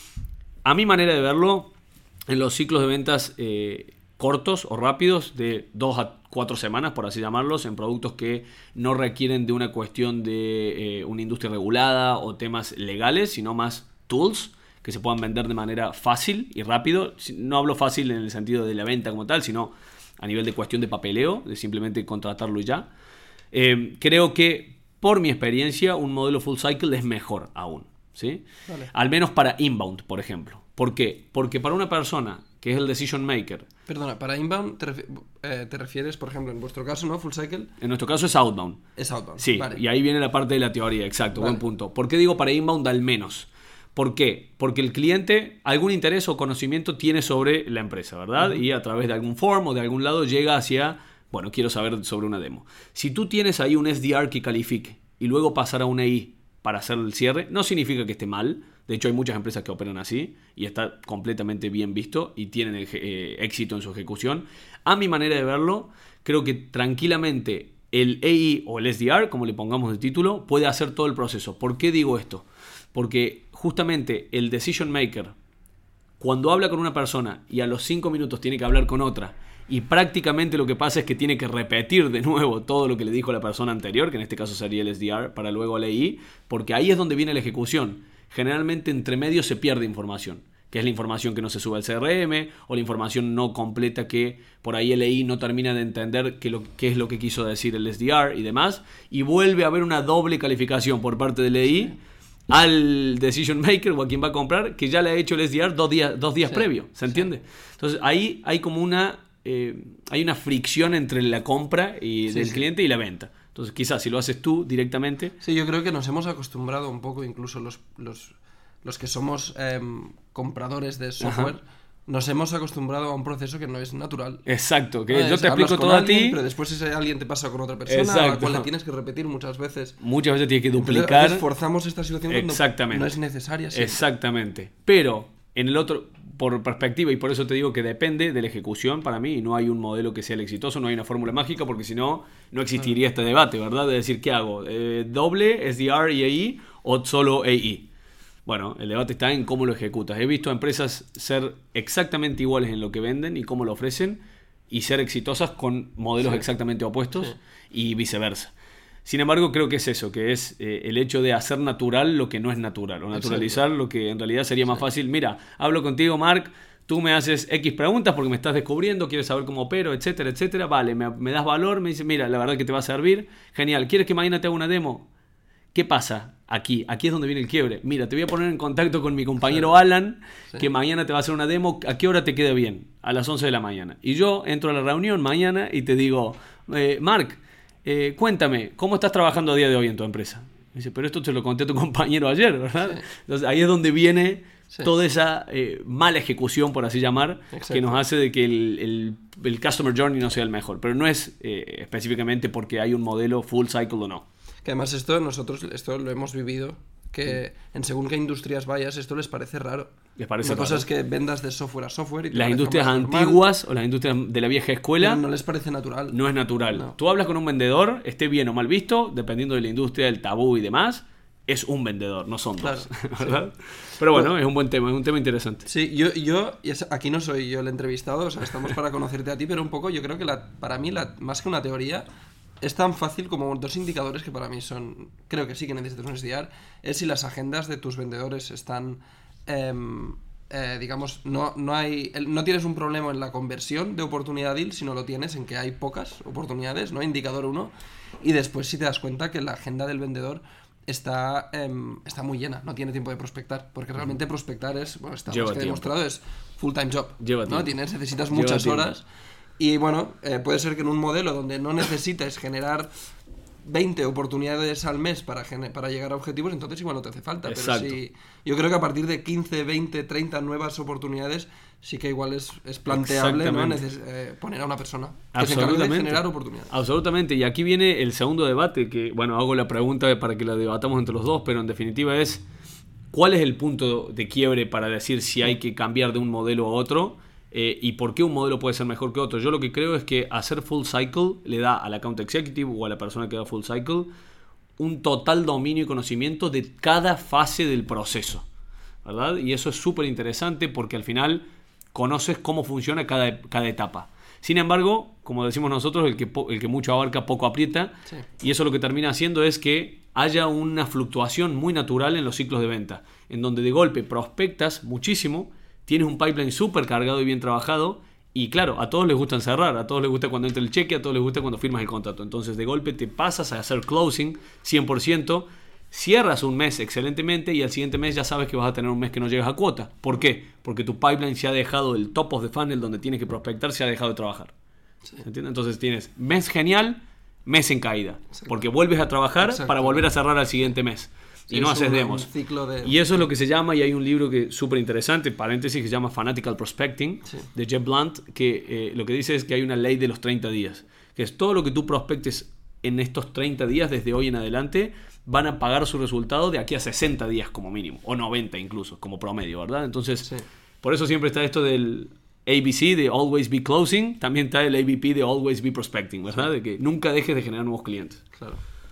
A mi manera de verlo, en los ciclos de ventas cortos o rápidos, de 2 a 4 semanas, por así llamarlos, en productos que no requieren de una cuestión de una industria regulada o temas legales, sino más tools que se puedan vender de manera fácil y rápido. No hablo fácil en el sentido de la venta como tal, sino a nivel de cuestión de papeleo, de simplemente contratarlo y ya. Creo que, por mi experiencia, un modelo full cycle es mejor aún, ¿sí? Vale. Al menos para inbound, por ejemplo. ¿Por qué? Porque para una persona que es el decision maker... Perdona, para inbound te refieres, por ejemplo, en vuestro caso, ¿no? Full cycle. En nuestro caso es outbound. Es outbound, sí, vale. Y ahí viene la parte de la teoría, exacto, vale. Buen punto. ¿Por qué digo para inbound al menos? ¿Por qué? Porque el cliente algún interés o conocimiento tiene sobre la empresa, ¿verdad? Y a través de algún form o de algún lado llega hacia... Bueno, quiero saber sobre una demo. Si tú tienes ahí un SDR que califique y luego pasar a un AI para hacer el cierre, no significa que esté mal. De hecho, hay muchas empresas que operan así y está completamente bien visto y tienen éxito en su ejecución. A mi manera de verlo, creo que tranquilamente el AI o el SDR, como le pongamos de título, puede hacer todo el proceso. ¿Por qué digo esto? Porque justamente el decision maker, cuando habla con una persona y a los 5 minutos tiene que hablar con otra, y prácticamente lo que pasa es que tiene que repetir de nuevo todo lo que le dijo la persona anterior, que en este caso sería el SDR, para luego el AI, porque ahí es donde viene la ejecución. Generalmente entre medio se pierde información, que es la información que no se sube al CRM o la información no completa que por ahí el AI no termina de entender qué es lo que quiso decir el SDR y demás, y vuelve a haber una doble calificación por parte del AI al decision maker o a quien va a comprar, que ya le ha hecho el SDR dos días previo, ¿se entiende? Entonces ahí hay como hay una fricción entre la compra del cliente y la venta. Entonces, quizás si lo haces tú directamente... Sí, yo creo que nos hemos acostumbrado un poco, incluso los que somos compradores de software, nos hemos acostumbrado a un proceso que no es natural. Exacto, que yo te explico todo a ti... Pero después ese alguien te pasa con otra persona, a la cual le tienes que repetir muchas veces. Muchas veces tienes que duplicar. Entonces, forzamos esta situación cuando no es necesaria. Siempre. Exactamente. Pero, en el otro... por perspectiva, y por eso te digo que depende de la ejecución para mí, y no hay un modelo que sea el exitoso, no hay una fórmula mágica, porque si no, no existiría este debate, ¿verdad? De decir, ¿qué hago? ¿Doble, SDR y AI o solo AI? Bueno, el debate está en cómo lo ejecutas. He visto a empresas ser exactamente iguales en lo que venden y cómo lo ofrecen, y ser exitosas con modelos exactamente opuestos, y viceversa. Sin embargo, creo que es eso, que es el hecho de hacer natural lo que no es natural, o naturalizar lo que en realidad sería más fácil. Mira, hablo contigo, Mark, tú me haces X preguntas porque me estás descubriendo, quieres saber cómo opero, etcétera, etcétera. Vale, me das valor, me dices, mira, la verdad que te va a servir. Genial, ¿quieres que mañana te haga una demo? ¿Qué pasa? Aquí es donde viene el quiebre. Mira, te voy a poner en contacto con mi compañero Alan, que mañana te va a hacer una demo. ¿A qué hora te queda bien? A las 11 de la mañana. Y yo entro a la reunión mañana y te digo, Mark, cuéntame, ¿cómo estás trabajando a día de hoy en tu empresa? Me dice, pero esto te lo conté a tu compañero ayer, ¿verdad? Sí. Entonces ahí es donde viene toda esa mala ejecución, por así llamar, que nos hace de que el Customer Journey no sea el mejor. Pero no es específicamente porque hay un modelo full cycle o no. Que además nosotros lo hemos vivido, que en según qué industrias vayas, esto les parece raro. Les parece raro. Una cosa es que vendas de software a software y las industrias antiguas o las industrias de la vieja escuela no les parece natural. No es natural. No. Tú hablas con un vendedor, esté bien o mal visto, dependiendo de la industria, del tabú y demás, es un vendedor, no son dos. ¿Verdad? Sí. Pero bueno, es un buen tema, es un tema interesante. Sí, yo aquí no soy yo el entrevistado, o sea, estamos para conocerte a ti, pero un poco yo creo que para mí, más que una teoría, es tan fácil como dos indicadores que para mí son, creo que sí que necesitas un SDR, es si las agendas de tus vendedores están, digamos, no tienes un problema en la conversión de oportunidad deal, sino lo tienes en que hay pocas oportunidades, ¿no? Indicador 1, y después si te das cuenta que la agenda del vendedor está muy llena, no tiene tiempo de prospectar, porque realmente prospectar es, bueno, está más que demostrado, es full time job, ¿no? Necesitas muchas horas. Y bueno, puede ser que en un modelo donde no necesites generar 20 oportunidades al mes para llegar a objetivos, entonces igual no te hace falta. Exacto. Pero sí, yo creo que a partir de 15, 20, 30 nuevas oportunidades, sí que igual es planteable, ¿no? Poner a una persona que se encargue de generar oportunidades. Absolutamente. Y aquí viene el segundo debate, que bueno, hago la pregunta para que la debatamos entre los dos, pero en definitiva es, ¿cuál es el punto de quiebre para decir si hay que cambiar de un modelo a otro? Y por qué un modelo puede ser mejor que otro. Yo lo que creo es que hacer full cycle le da al account executive o a la persona que da full cycle un total dominio y conocimiento de cada fase del proceso, ¿verdad? Y eso es súper interesante porque al final conoces cómo funciona cada etapa. Sin embargo, como decimos nosotros, el que mucho abarca poco aprieta, y eso lo que termina haciendo es que haya una fluctuación muy natural en los ciclos de venta, en donde de golpe prospectas muchísimo, tienes un pipeline súper cargado y bien trabajado, y claro, a todos les gusta cerrar, a todos les gusta cuando entra el cheque, a todos les gusta cuando firmas el contrato. Entonces de golpe te pasas a hacer closing 100%, cierras un mes excelentemente y al siguiente mes ya sabes que vas a tener un mes que no llegas a cuota. ¿Por qué? Porque tu pipeline se ha dejado, el top of the funnel donde tienes que prospectar se ha dejado de trabajar. ¿Entiendes? Entonces tienes mes genial, mes en caída, porque vuelves a trabajar para volver a cerrar al siguiente mes. Y no haces demos. Y eso es lo que se llama, y hay un libro que es súper interesante, paréntesis, que se llama Fanatical Prospecting, de Jeb Blunt, que lo que dice es que hay una ley de los 30 días, que es todo lo que tú prospectes en estos 30 días, desde hoy en adelante, van a pagar su resultado de aquí a 60 días como mínimo, o 90 incluso, como promedio, ¿verdad? Entonces, por eso siempre está esto del ABC, de Always Be Closing, también está el ABP de Always Be Prospecting, ¿verdad? De que nunca dejes de generar nuevos clientes. Claro.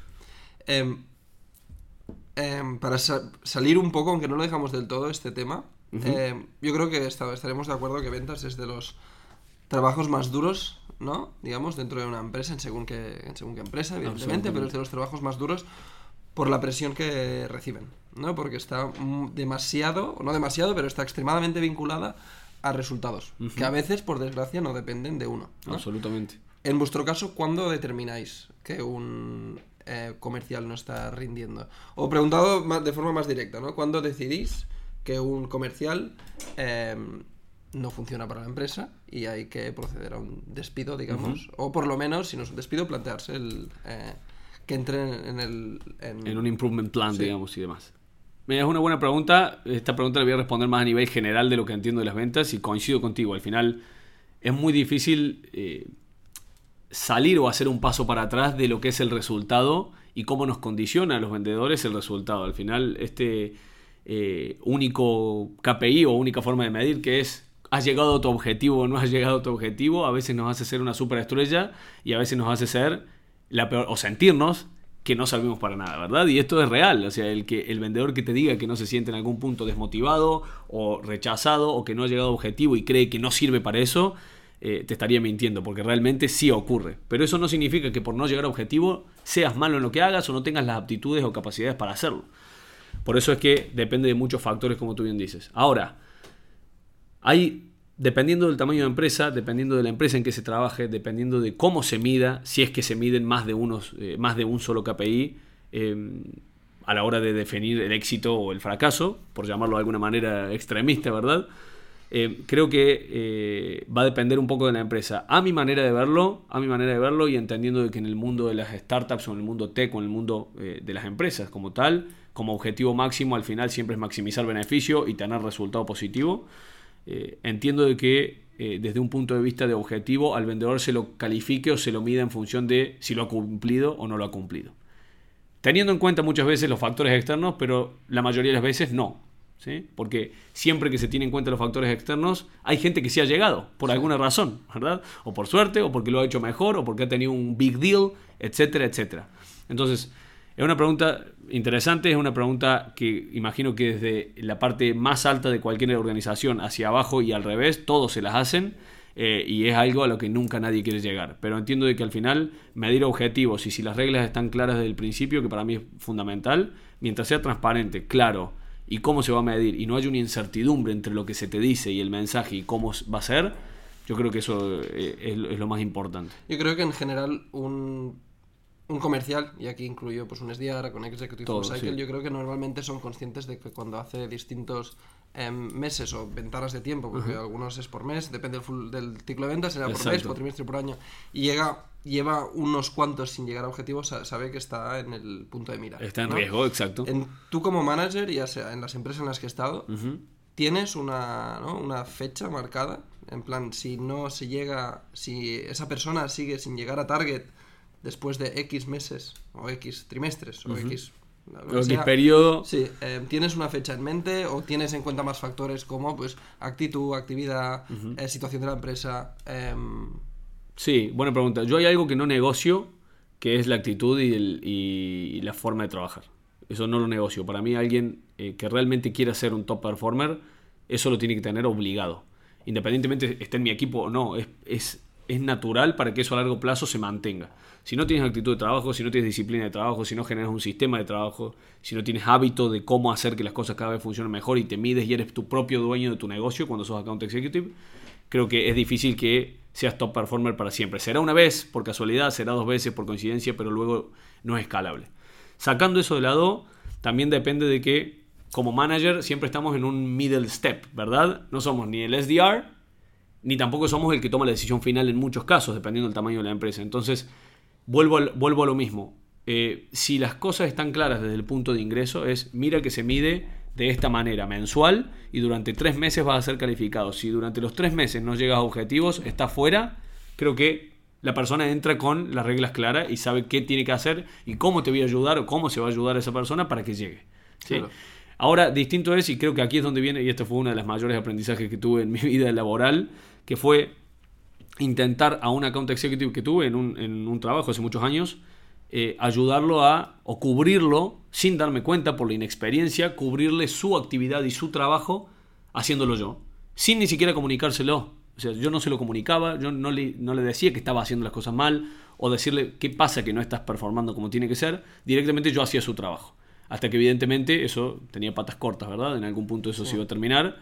Para salir un poco, aunque no lo dejamos del todo este tema, yo creo que estaremos de acuerdo que ventas es de los trabajos más duros, ¿no? Digamos, dentro de una empresa, en según qué empresa, evidentemente, pero es de los trabajos más duros por la presión que reciben, ¿no? Porque está demasiado, o no demasiado, pero está extremadamente vinculada a resultados, que a veces, por desgracia, no dependen de uno, ¿no? Absolutamente. En vuestro caso, ¿cuándo determináis que un comercial no está rindiendo? O preguntado de forma más directa, ¿no? ¿Cuándo decidís que un comercial no funciona para la empresa y hay que proceder a un despido, digamos? O por lo menos, si no es un despido, plantearse que entren en un improvement plan, sí. digamos, y demás. Mira, es una buena pregunta. Esta pregunta la voy a responder más a nivel general de lo que entiendo de las ventas y coincido contigo. Al final es muy difícil salir o hacer un paso para atrás de lo que es el resultado y cómo nos condiciona a los vendedores el resultado. Al final único KPI o única forma de medir, que es has llegado a tu objetivo o no has llegado a tu objetivo, a veces nos hace ser una superestrella y a veces nos hace ser la peor, o sentirnos que no servimos para nada, ¿verdad? Y esto es real. O sea, el vendedor que te diga que no se siente en algún punto desmotivado o rechazado o que no ha llegado a objetivo y cree que no sirve para eso, te estaría mintiendo, porque realmente sí ocurre. Pero eso no significa que por no llegar a objetivo seas malo en lo que hagas o no tengas las aptitudes o capacidades para hacerlo. Por eso es que depende de muchos factores, como tú bien dices. Ahora, dependiendo del tamaño de empresa, dependiendo de la empresa en que se trabaje, dependiendo de cómo se mida, si es que se miden más de un solo KPI a la hora de definir el éxito o el fracaso, por llamarlo de alguna manera extremista, ¿verdad? Creo que va a depender un poco de la empresa. A mi manera de verlo y entendiendo de que en el mundo de las startups o en el mundo tech o en el mundo de las empresas como tal, como objetivo máximo al final siempre es maximizar beneficio y tener resultado positivo. Entiendo de que desde un punto de vista de objetivo al vendedor se lo califique o se lo mida en función de si lo ha cumplido o no lo ha cumplido. Teniendo en cuenta muchas veces los factores externos, pero la mayoría de las veces no. ¿Sí? Porque siempre que se tienen en cuenta los factores externos, hay gente que sí ha llegado por alguna razón, ¿verdad? O por suerte, o porque lo ha hecho mejor, o porque ha tenido un big deal, etcétera, etcétera. Entonces, es una pregunta interesante, es una pregunta que imagino que desde la parte más alta de cualquier organización hacia abajo y al revés, todos se las hacen y es algo a lo que nunca nadie quiere llegar. Pero entiendo de que al final medir objetivos y si las reglas están claras desde el principio, que para mí es fundamental, mientras sea transparente, claro, y cómo se va a medir y no hay una incertidumbre entre lo que se te dice y el mensaje y cómo va a ser, yo creo que eso es lo más importante. Yo creo que en general un comercial, y aquí incluyo pues un SDR con Executive Full Cycle, sí. Yo creo que normalmente son conscientes de que cuando hace distintos meses o ventanas de tiempo, porque algunos es por mes, depende del ciclo de ventas, será por mes, por trimestre, por año, y lleva unos cuantos sin llegar a objetivos, sabe que está en el punto de mira. Está en riesgo, exacto. Tú como manager, ya sea en las empresas en las que he estado, tienes una fecha marcada, en plan, si esa persona sigue sin llegar a target después de X meses, o X trimestres, o X... O X periodo. Sí, ¿tienes una fecha en mente o tienes en cuenta más factores como pues actitud, actividad, situación de la empresa? Sí, buena pregunta. Yo hay algo que no negocio, que es la actitud y la forma de trabajar. Eso no lo negocio. Para mí alguien que realmente quiera ser un top performer, eso lo tiene que tener obligado. Independientemente esté en mi equipo o no, es natural para que eso a largo plazo se mantenga. Si no tienes actitud de trabajo, si no tienes disciplina de trabajo, si no generas un sistema de trabajo, si no tienes hábito de cómo hacer que las cosas cada vez funcionen mejor y te mides y eres tu propio dueño de tu negocio cuando sos account executive, creo que es difícil que seas top performer para siempre. Será una vez por casualidad, será 2 veces por coincidencia, pero luego no es escalable. Sacando eso de lado, también depende de que como manager siempre estamos en un middle step, ¿verdad? No somos ni el SDR, ni tampoco somos el que toma la decisión final en muchos casos, dependiendo del tamaño de la empresa. Entonces, vuelvo a lo mismo. Si las cosas están claras desde el punto de ingreso, mira que se mide de esta manera, mensual, y durante 3 meses vas a ser calificado. Si durante los 3 meses no llegas a objetivos, estás fuera, creo que la persona entra con las reglas claras y sabe qué tiene que hacer y cómo te voy a ayudar o cómo se va a ayudar a esa persona para que llegue. ¿Sí? Claro. Ahora, distinto es, y creo que aquí es donde viene, y este fue uno de los mayores aprendizajes que tuve en mi vida laboral, que fue intentar a un account executive que tuve en un trabajo hace muchos años, ayudarlo o cubrirlo, sin darme cuenta por la inexperiencia, cubrirle su actividad y su trabajo haciéndolo yo, sin ni siquiera comunicárselo. O sea, yo no se lo comunicaba, yo no le decía que estaba haciendo las cosas mal o decirle qué pasa que no estás performando como tiene que ser. Directamente yo hacía su trabajo. Hasta que evidentemente eso tenía patas cortas, ¿verdad? En algún punto eso se iba a terminar.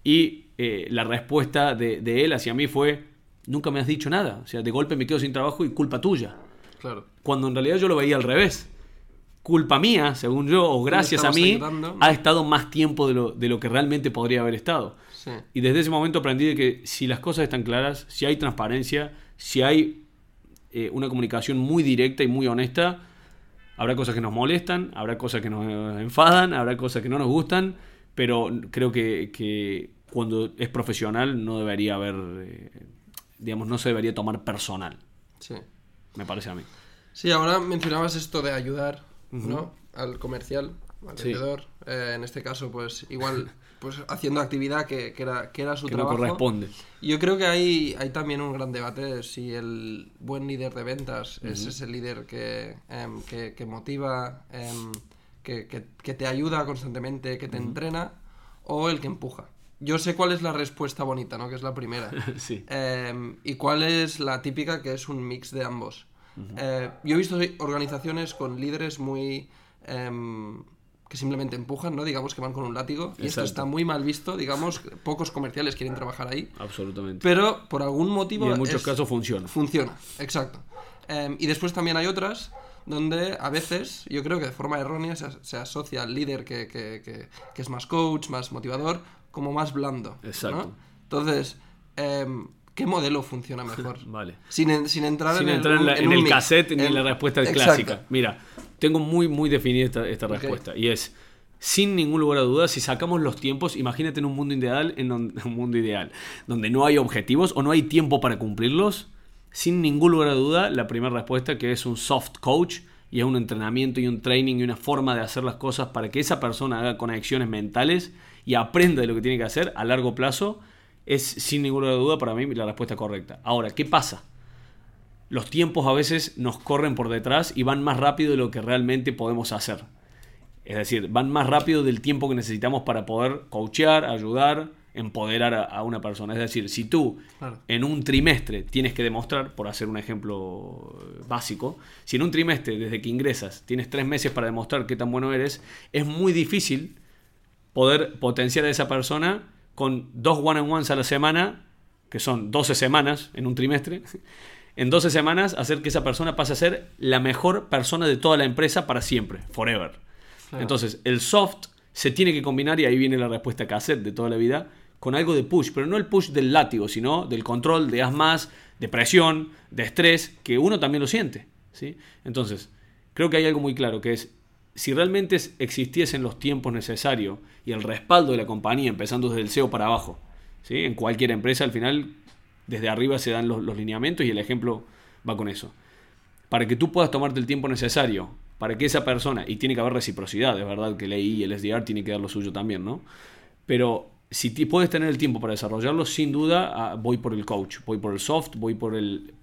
Y la respuesta de él hacia mí fue: nunca me has dicho nada. O sea, de golpe me quedo sin trabajo y culpa tuya. Claro. Cuando en realidad yo lo veía al revés. Culpa mía, según yo, o gracias a mí, ayudando, ha estado más tiempo de lo que realmente podría haber estado. Sí. Y desde ese momento aprendí de que si las cosas están claras, si hay transparencia, si hay una comunicación muy directa y muy honesta, Habrá cosas que nos molestan, habrá cosas que nos enfadan, habrá cosas que no nos gustan, pero creo que cuando es profesional no debería haber, digamos, no se debería tomar personal. Sí. Me parece a mí. Sí, ahora mencionabas esto de ayudar, ¿no? Al comercial, al vendedor. En este caso, pues igual, pues haciendo actividad que era su trabajo. No corresponde. Yo creo que hay también un gran debate de si el buen líder de ventas es ese líder que motiva, que te ayuda constantemente, que te entrena, o el que empuja. Yo sé cuál es la respuesta bonita, ¿no? Que es la primera. Sí. Y cuál es la típica, que es un mix de ambos. Yo he visto organizaciones con líderes muy... que simplemente empujan, ¿no? Digamos que van con un látigo. Y esto está muy mal visto, digamos, pocos comerciales quieren trabajar ahí. Absolutamente. Pero por algún motivo... Y en muchos casos funciona. Funciona, exacto. Y después también hay otras donde a veces, yo creo que de forma errónea, se asocia al líder que es más coach, más motivador, como más blando. Exacto. ¿no? Entonces, ¿qué modelo funciona mejor? Vale. Sin entrar en el cassette ni en la respuesta clásica. Mira, tengo muy definida esta respuesta. Y es, sin ningún lugar a dudas, si sacamos los tiempos, imagínate en un mundo ideal, donde no hay objetivos o no hay tiempo para cumplirlos, sin ningún lugar a duda, la primera respuesta, que es un soft coach, y es un entrenamiento y un training y una forma de hacer las cosas para que esa persona haga conexiones mentales y aprenda de lo que tiene que hacer a largo plazo, es sin ninguna duda para mí la respuesta correcta. Ahora, ¿qué pasa? Los tiempos a veces nos corren por detrás y van más rápido de lo que realmente podemos hacer. Es decir, van más rápido del tiempo que necesitamos para poder coachear, ayudar, empoderar a una persona. Es decir, si tú en un trimestre tienes que demostrar, por hacer un ejemplo básico, si en un trimestre desde que ingresas tienes 3 meses para demostrar qué tan bueno eres, es muy difícil poder potenciar a esa persona con 2 one-on-ones a la semana, que son 12 semanas en un trimestre. En 12 semanas hacer que esa persona pase a ser la mejor persona de toda la empresa para siempre, forever. Claro. Entonces, el soft se tiene que combinar, y ahí viene la respuesta cassette de toda la vida, con algo de push, pero no el push del látigo, sino del control, de haz más, de presión, de estrés, que uno también lo siente, ¿sí? Entonces, creo que hay algo muy claro, que es, si realmente existiesen los tiempos necesarios y el respaldo de la compañía, empezando desde el CEO para abajo, ¿sí? En cualquier empresa, al final, desde arriba se dan los lineamientos y el ejemplo va con eso. Para que tú puedas tomarte el tiempo necesario, para que esa persona, y tiene que haber reciprocidad, es verdad que el EI y el SDR tienen que dar lo suyo también, ¿no? Pero si puedes tener el tiempo para desarrollarlo, sin duda voy por el coach, voy por el soft, voy por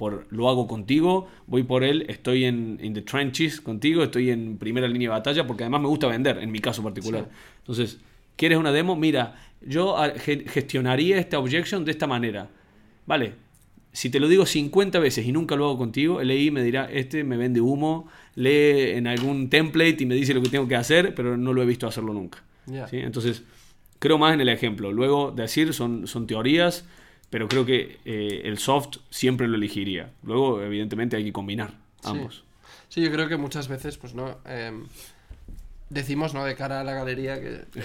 lo hago contigo, voy por estoy en the trenches contigo, estoy en primera línea de batalla, porque además me gusta vender, en mi caso particular. Sí. Entonces, ¿quieres una demo? Mira, yo gestionaría esta objection de esta manera. Vale, si te lo digo 50 veces y nunca lo hago contigo, el EI me dirá, me vende humo, lee en algún template y me dice lo que tengo que hacer, pero no lo he visto hacerlo nunca. Yeah. ¿Sí? Entonces, creo más en el ejemplo. Luego, decir, son teorías, pero creo que el soft siempre lo elegiría. Luego, evidentemente, hay que combinar ambos. Sí, yo creo que muchas veces, pues no... decimos, ¿no?, de cara a la galería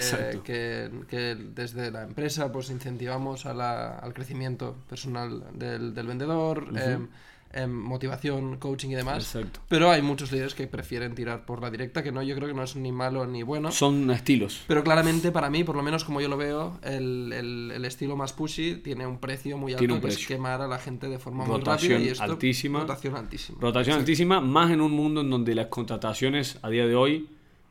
que desde la empresa pues incentivamos al crecimiento personal del vendedor, motivación, coaching y demás. Exacto. Pero hay muchos líderes que prefieren tirar por la directa, que no, yo creo que no es ni malo ni bueno. Son estilos. Pero claramente para mí, por lo menos como yo lo veo, el estilo más pushy tiene un precio muy alto, que es quemar a la gente de forma muy rápida. Y esto, rotación altísima. Rotación altísima, más en un mundo en donde las contrataciones a día de hoy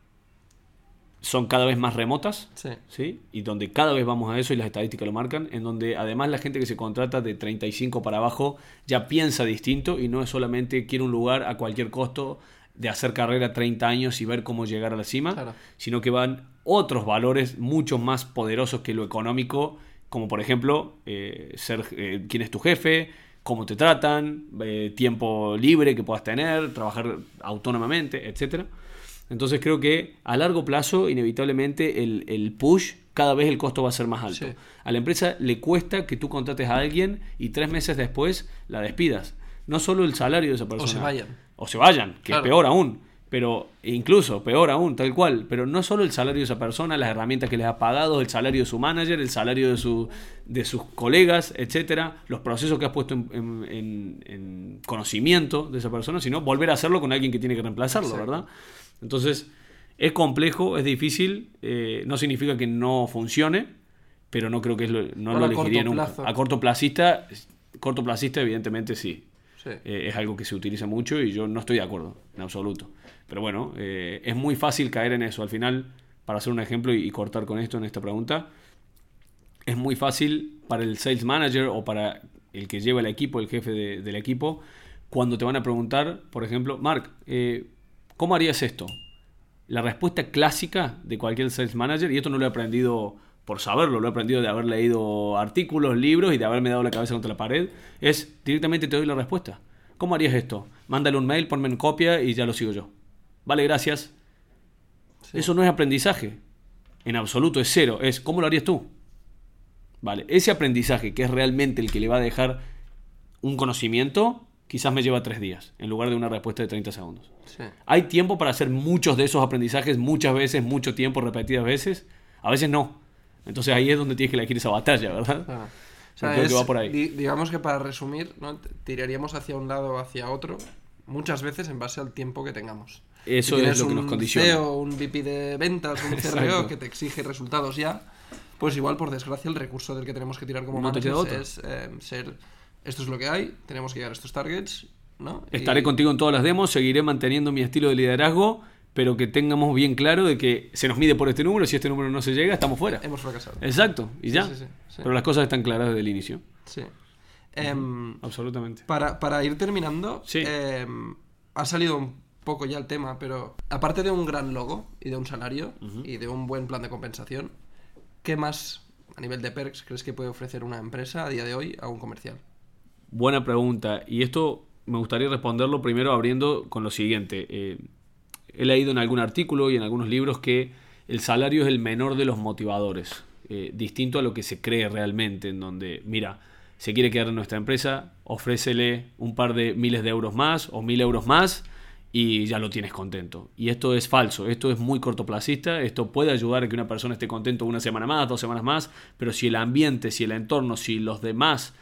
son cada vez más remotas, ¿sí? Y donde cada vez vamos a eso, y las estadísticas lo marcan, en donde además la gente que se contrata de 35 para abajo ya piensa distinto, y no es solamente quiero un lugar a cualquier costo de hacer carrera 30 años y ver cómo llegar a la cima, sino que van otros valores mucho más poderosos que lo económico, como por ejemplo quién es tu jefe, cómo te tratan, tiempo libre que puedas tener, trabajar autónomamente, etcétera. Entonces creo que a largo plazo, inevitablemente, el push, cada vez el costo va a ser más alto. Sí. A la empresa le cuesta que tú contrates a alguien y 3 meses después la despidas. No solo el salario de esa persona. O se vayan, que es peor aún. pero incluso, peor aún, tal cual, pero no solo el salario de esa persona, las herramientas que les ha pagado, el salario de su manager, el salario de sus colegas, etcétera, los procesos que has puesto en conocimiento de esa persona, sino volver a hacerlo con alguien que tiene que reemplazarlo, Exacto. ¿verdad? Entonces, es complejo, es difícil, no significa que no funcione, pero no creo que no lo elegiría nunca. A cortoplacista, evidentemente sí. Sí. Es algo que se utiliza mucho y yo no estoy de acuerdo, en absoluto. Pero bueno, es muy fácil caer en eso. Al final, para hacer un ejemplo y cortar con esto en esta pregunta, es muy fácil para el sales manager o para el que lleva el equipo, el jefe del equipo, cuando te van a preguntar, por ejemplo, Mark, ¿cómo harías esto? La respuesta clásica de cualquier sales manager, y esto no lo he aprendido por saberlo, lo he aprendido de haber leído artículos, libros y de haberme dado la cabeza contra la pared, es directamente te doy la respuesta. ¿Cómo harías esto? Mándale un mail, ponme en copia y ya lo sigo yo. Vale, gracias. Sí. Eso no es aprendizaje. En absoluto, es cero. Es ¿cómo lo harías tú? Vale, ese aprendizaje que es realmente el que le va a dejar un conocimiento, quizás me lleva 3 días, en lugar de una respuesta de 30 segundos. Sí. ¿Hay tiempo para hacer muchos de esos aprendizajes muchas veces, mucho tiempo, repetidas veces? A veces no. Entonces ahí es donde tienes que elegir esa batalla, ¿verdad? Claro. O sea, Creo que va por ahí. digamos que para resumir, ¿no? Tiraríamos hacia un lado o hacia otro, muchas veces en base al tiempo que tengamos. Eso si es lo que nos condiciona. Un CEO, un VP de ventas, un CRO Exacto. que te exige resultados ya, pues igual, por desgracia, el recurso del que tenemos que tirar como No te queda managers otra. es ser, esto es lo que hay, tenemos que llegar a estos targets, ¿no? Estaré contigo en todas las demos, seguiré manteniendo mi estilo de liderazgo, pero que tengamos bien claro de que se nos mide por este número, si este número no se llega, estamos fuera. Hemos fracasado. Exacto, y ya. Sí. Pero las cosas están claras desde el inicio. Sí. Absolutamente. Para ir terminando, Sí. ha salido un poco ya el tema, pero aparte de un gran logo y de un salario y de un buen plan de compensación, ¿qué más a nivel de perks crees que puede ofrecer una empresa a día de hoy a un comercial? Buena pregunta. Y esto me gustaría responderlo primero abriendo con lo siguiente. He leído en algún artículo y en algunos libros que el salario es el menor de los motivadores, distinto a lo que se cree realmente, en donde, mira, se quiere quedar en nuestra empresa, ofrécele un par de miles de euros más o 1.000 euros más y ya lo tienes contento. Y esto es falso, esto es muy cortoplacista, esto puede ayudar a que una persona esté contento una semana más, 2 semanas más, pero si el ambiente, si el entorno, si los demás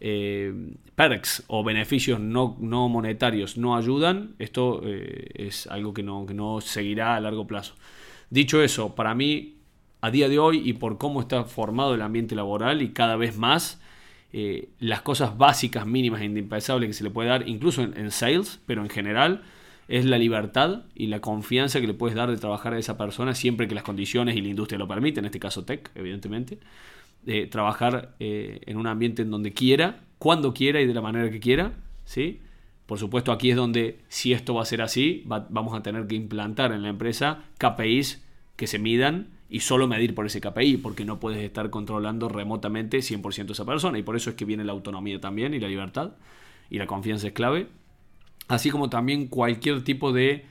perks o beneficios no monetarios no ayudan, esto es algo que no seguirá a largo plazo. Dicho eso, para mí, a día de hoy y por cómo está formado el ambiente laboral y cada vez más, las cosas básicas, mínimas e indispensables que se le puede dar, incluso en sales, pero en general, es la libertad y la confianza que le puedes dar de trabajar a esa persona siempre que las condiciones y la industria lo permiten, en este caso tech, evidentemente. Trabajar en un ambiente en donde quiera, cuando quiera y de la manera que quiera, ¿sí? Por supuesto, aquí es donde, si esto va a ser así, vamos a tener que implantar en la empresa KPIs que se midan y solo medir por ese KPI, porque no puedes estar controlando remotamente 100% a esa persona, y por eso es que viene la autonomía también y la libertad, y la confianza es clave, así como también cualquier tipo de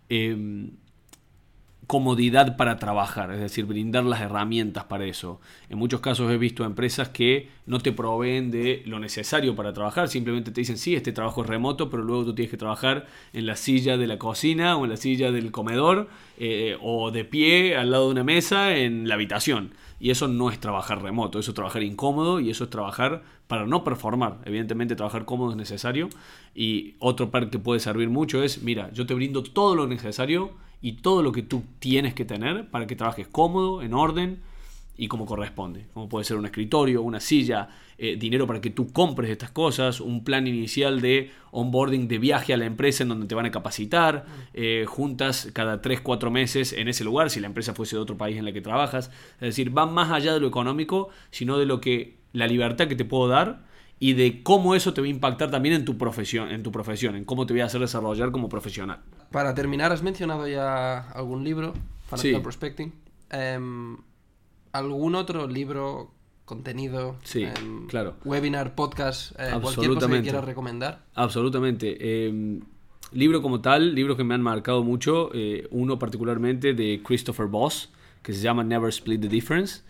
comodidad para trabajar, es decir, brindar las herramientas para eso. En muchos casos he visto empresas que no te proveen de lo necesario para trabajar, simplemente te dicen, sí, este trabajo es remoto, pero luego tú tienes que trabajar en la silla de la cocina o en la silla del comedor o de pie al lado de una mesa en la habitación. Y eso no es trabajar remoto, eso es trabajar incómodo y eso es trabajar para no performar. Evidentemente trabajar cómodo es necesario, y otro par que puede servir mucho es, mira, yo te brindo todo lo necesario y todo lo que tú tienes que tener para que trabajes cómodo, en orden y como corresponde. Como puede ser un escritorio, una silla, dinero para que tú compres estas cosas, un plan inicial de onboarding de viaje a la empresa en donde te van a capacitar, juntas cada 3-4 meses en ese lugar, si la empresa fuese de otro país en la que trabajas. Es decir, va más allá de lo económico, sino de lo que la libertad que te puedo dar y de cómo eso te va a impactar también en tu profesión, en cómo te voy a hacer desarrollar como profesional. Para terminar, has mencionado ya algún libro, Financial Sí. Prospecting. ¿Algún otro libro, contenido, Sí, claro. webinar, podcast, cualquier cosa que Absolutamente. quieras recomendar? Absolutamente. Libro como tal, libros que me han marcado mucho, uno particularmente de Christopher Voss, que se llama Never Split the Difference.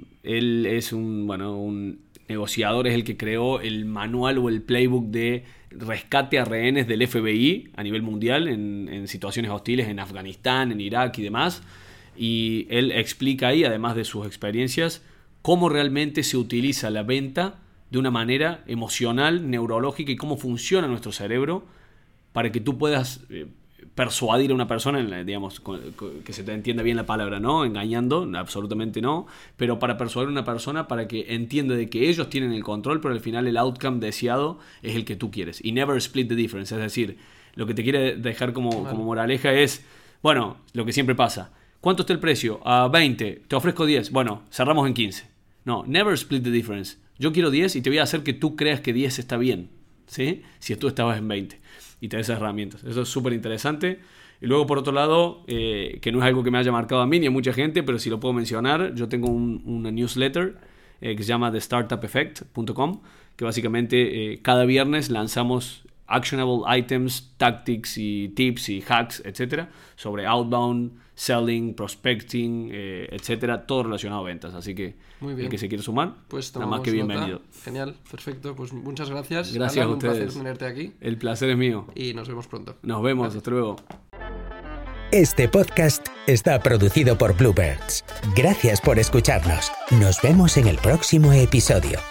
Él es un negociador, es el que creó el manual o el playbook de rescate a rehenes del FBI a nivel mundial en situaciones hostiles en Afganistán, en Irak y demás. Y él explica ahí, además de sus experiencias, cómo realmente se utiliza la venta de una manera emocional, neurológica, y cómo funciona nuestro cerebro para que tú puedas persuadir a una persona, digamos, que se te entienda bien la palabra, ¿no? Engañando, absolutamente no, pero para persuadir a una persona para que entienda de que ellos tienen el control, pero al final el outcome deseado es el que tú quieres. Y never split the difference, es decir, lo que te quiere dejar como moraleja es, bueno, lo que siempre pasa. ¿Cuánto está el precio? A 20, te ofrezco 10. Bueno, cerramos en 15. No, never split the difference. Yo quiero 10 y te voy a hacer que tú creas que 10 está bien, ¿sí? Si tú estabas en 20. Y te da esas herramientas. Eso es súper interesante. Y luego, por otro lado, que no es algo que me haya marcado a mí ni a mucha gente, pero si lo puedo mencionar, yo tengo una newsletter que se llama thestartupeffect.com, que básicamente cada viernes lanzamos actionable items, tactics y tips y hacks, etcétera, sobre outbound, selling, prospecting, etcétera, todo relacionado a ventas. Así que el que se quiere sumar, pues nada más que bienvenido. Nota. Genial, perfecto. Pues muchas gracias. Gracias Alan, a ustedes. Un placer tenerte aquí. El placer es mío. Y nos vemos pronto. Nos vemos, hasta luego. Este podcast está producido por Bluebirds. Gracias por escucharnos. Nos vemos en el próximo episodio.